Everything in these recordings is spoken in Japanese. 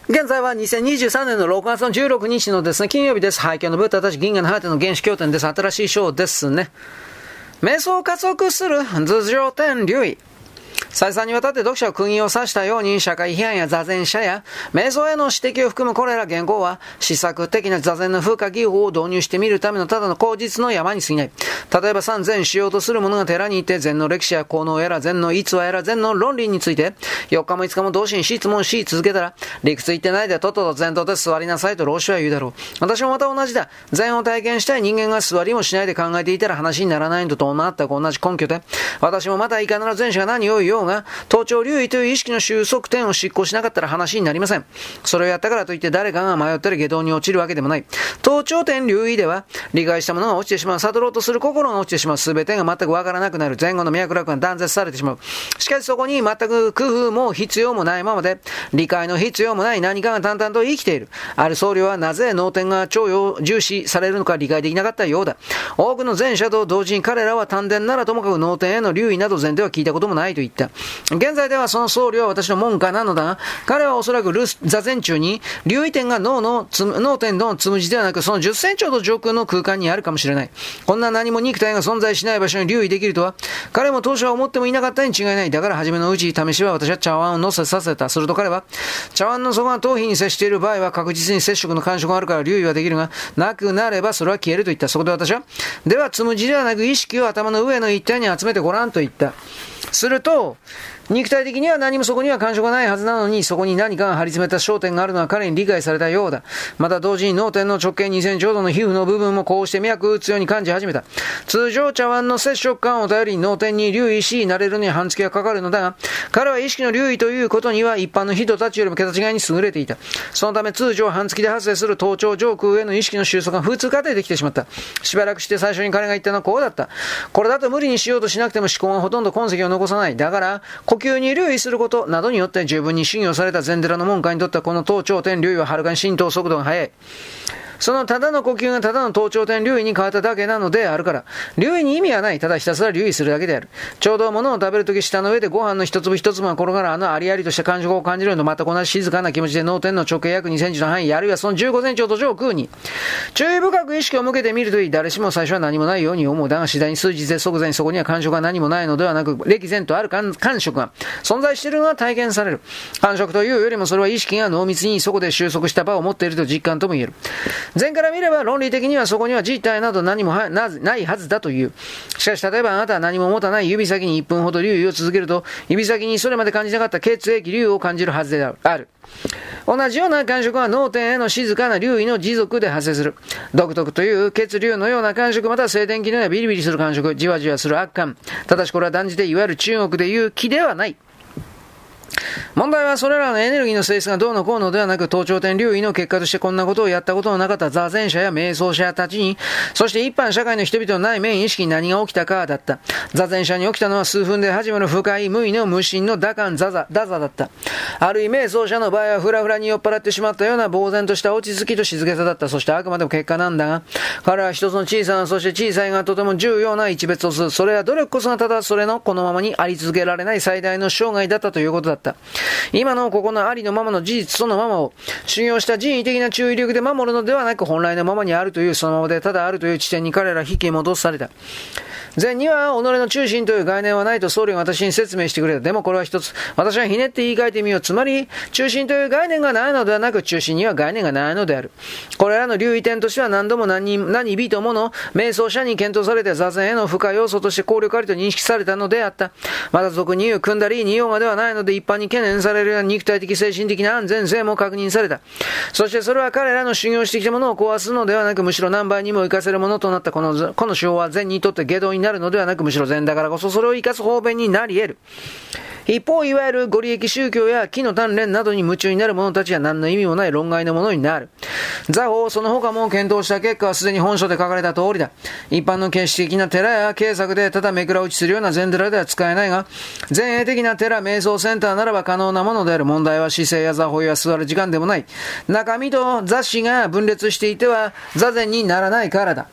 現在は2023年の6月の16日のですね、金曜日です。廃墟のブッダたち銀河の果ての原始経典です。新しい章ですね。瞑想を加速する頭上天流位。再三にわたって読者を釘を刺したように、社会批判や座禅者や瞑想への指摘を含むこれら言語は、施策的な座禅の風化技法を導入してみるためのただの口実の山に過ぎない。例えば三禅しようとする者が寺に行って、禅の歴史や効能やら、禅の逸話やら、禅の論理について、4日も5日も同心し質問し続けたら、理屈言ってないでとっとと禅とで座りなさいと老子は言うだろう。私もまた同じだ。禅を体験したい人間が座りもしないで考えていたら話にならないのと全く同じ根拠で、私もまたいかなる禅師が何を言おうが、頭頂流位という意識の収束点を執行しなかったら話になりません。それをやったからといって誰かが迷ったり下道に落ちるわけでもない。頭頂点流位では理解したものが落ちてしまう、悟ろうとする心が落ちてしまう、全てが全くわからなくなる、前後の脈絡が断絶されてしまう。しかしそこに全く工夫も必要もないままで、理解の必要もない何かが淡々と生きている。ある僧侶はなぜ脳天が超重視されるのか理解できなかったようだ。多くの禅者と同時に彼らは丹田ならともかく脳天への流位など禅では聞いたこともないと言った。現在ではその僧侶は私の門下なのだが、彼はおそらく座禅中に流位点が脳天のつむじではなく、その10センチほど上空の空間にあるかもしれない。こんな何も肉体が存在しない場所に流位できるとは、彼も当初は思ってもいなかったに違いない。だから初めのうち試しは私は茶碗を乗せさせた。すると彼は、茶碗の底が頭皮に接している場合は確実に接触の感触があるから流位はできるが、なくなればそれは消えると言った。そこで私は、ではつむじではなく意識を頭の上の一点に集めてごらんと言った。すると、肉体的には何もそこには感触がないはずなのに、そこに何かが張り詰めた焦点があるのは彼に理解されたようだ。また同時に脳天の直径2センチほどの皮膚の部分もこうして脈を打つように感じ始めた。通常茶碗の接触感を頼りに脳天に留意し、慣れるに半月がかかるのだが、彼は意識の留意ということには一般の人たちよりも桁違いに優れていた。そのため通常半月で発生する頭頂上空への意識の収束が普通過程できてしまった。しばらくして最初に彼が言ったのはこうだった。これだと無理にしようとしなくても思考がほとんど痕跡を残さない。だから、呼吸に留意することなどによって十分に修行された禅寺の門下にとってはこの頭頂点留意ははるかに浸透速度が速い。そのただの呼吸がただの頭頂点留意に変わっただけなのであるから、留意に意味はない。ただひたすら留意するだけである。ちょうど物を食べるとき舌の上でご飯の一粒一粒が転がるありありとした感触を感じるのと全く同じ静かな気持ちで脳天の直径約2センチの範囲、あるいはその15センチほど上空に注意深く意識を向けてみるといい。誰しも最初は何もないように思う。だが次第に数日で即座にそこには感触が何もないのではなく、歴然とある感触が存在しているのが体験される。感触というよりもそれは意識が濃密にそこで収束した場を持っていると実感とも言える。前から見れば論理的にはそこには実体など何もないはずだという。しかし例えばあなたは何も持たない指先に1分ほど留意を続けると、指先にそれまで感じなかった血液流を感じるはずである。同じような感触は脳天への静かな留意の持続で発生する。独特という血流のような感触、また静電気のようなビリビリする感触、じわじわする圧感。ただしこれは断じていわゆる中国でいう気ではない。問題はそれらのエネルギーの性質がどうのこうのではなく、頭頂点流位の結果としてこんなことをやったことのなかった座禅者や瞑想者たちに、そして一般社会の人々の内面意識に何が起きたかだった。座禅者に起きたのは数分で始まる深い無意の無心の打感ダザだった。ある意味瞑想者の場合はフラフラに酔っ払ってしまったような呆然とした落ち着きと静けさだった。そしてあくまでも結果なんだが、彼は一つの小さな、そして小さいがとても重要な一別とする。それは努力こそがただそれのこのままにあり続けられない最大の障害だったということだった。今のここのありのままの事実そのままを修行した人為的な注意力で守るのではなく、本来のままにあるというそのままでただあるという地点に彼ら引き戻された。禅には己の中心という概念はないと僧侶が私に説明してくれた。でもこれは一つ、私はひねって言い換えてみよう。つまり中心という概念がないのではなく、中心には概念がないのである。これらの留意点としては何度も何人もの瞑想者に検討されて座禅への深い要素として効力ありと認識されたのであった。また俗に言う組んだりニヨガではないので、一般に懸念されるような肉体的精神的な安全性も確認された。そしてそれは彼らの修行してきたものを壊すのではなく、むしろ何倍にも活かせるものとなったこの手法は禅にとって下道になるのではなく、むしろ禅だからこそそれを生かす方便になり得る。一方、いわゆるご利益宗教や木の鍛錬などに夢中になる者たちは何の意味もない論外のものになる。座法、その他も検討した結果はすでに本書で書かれた通りだ。一般の形式的な寺や経作でただめくら打ちするような禅寺では使えないが、前衛的な寺、瞑想センターならば可能なものである。問題は姿勢や座法や座る時間でもない。中身と雑誌が分裂していては座禅にならないからだ。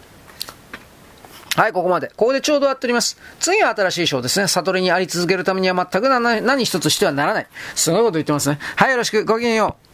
はい、ここまで。ここでちょうど合っております。次は新しい章ですね。悟りにあり続けるためには全く何一つしてはならない。すごいこと言ってますね。はい、よろしく。ごきげんよう。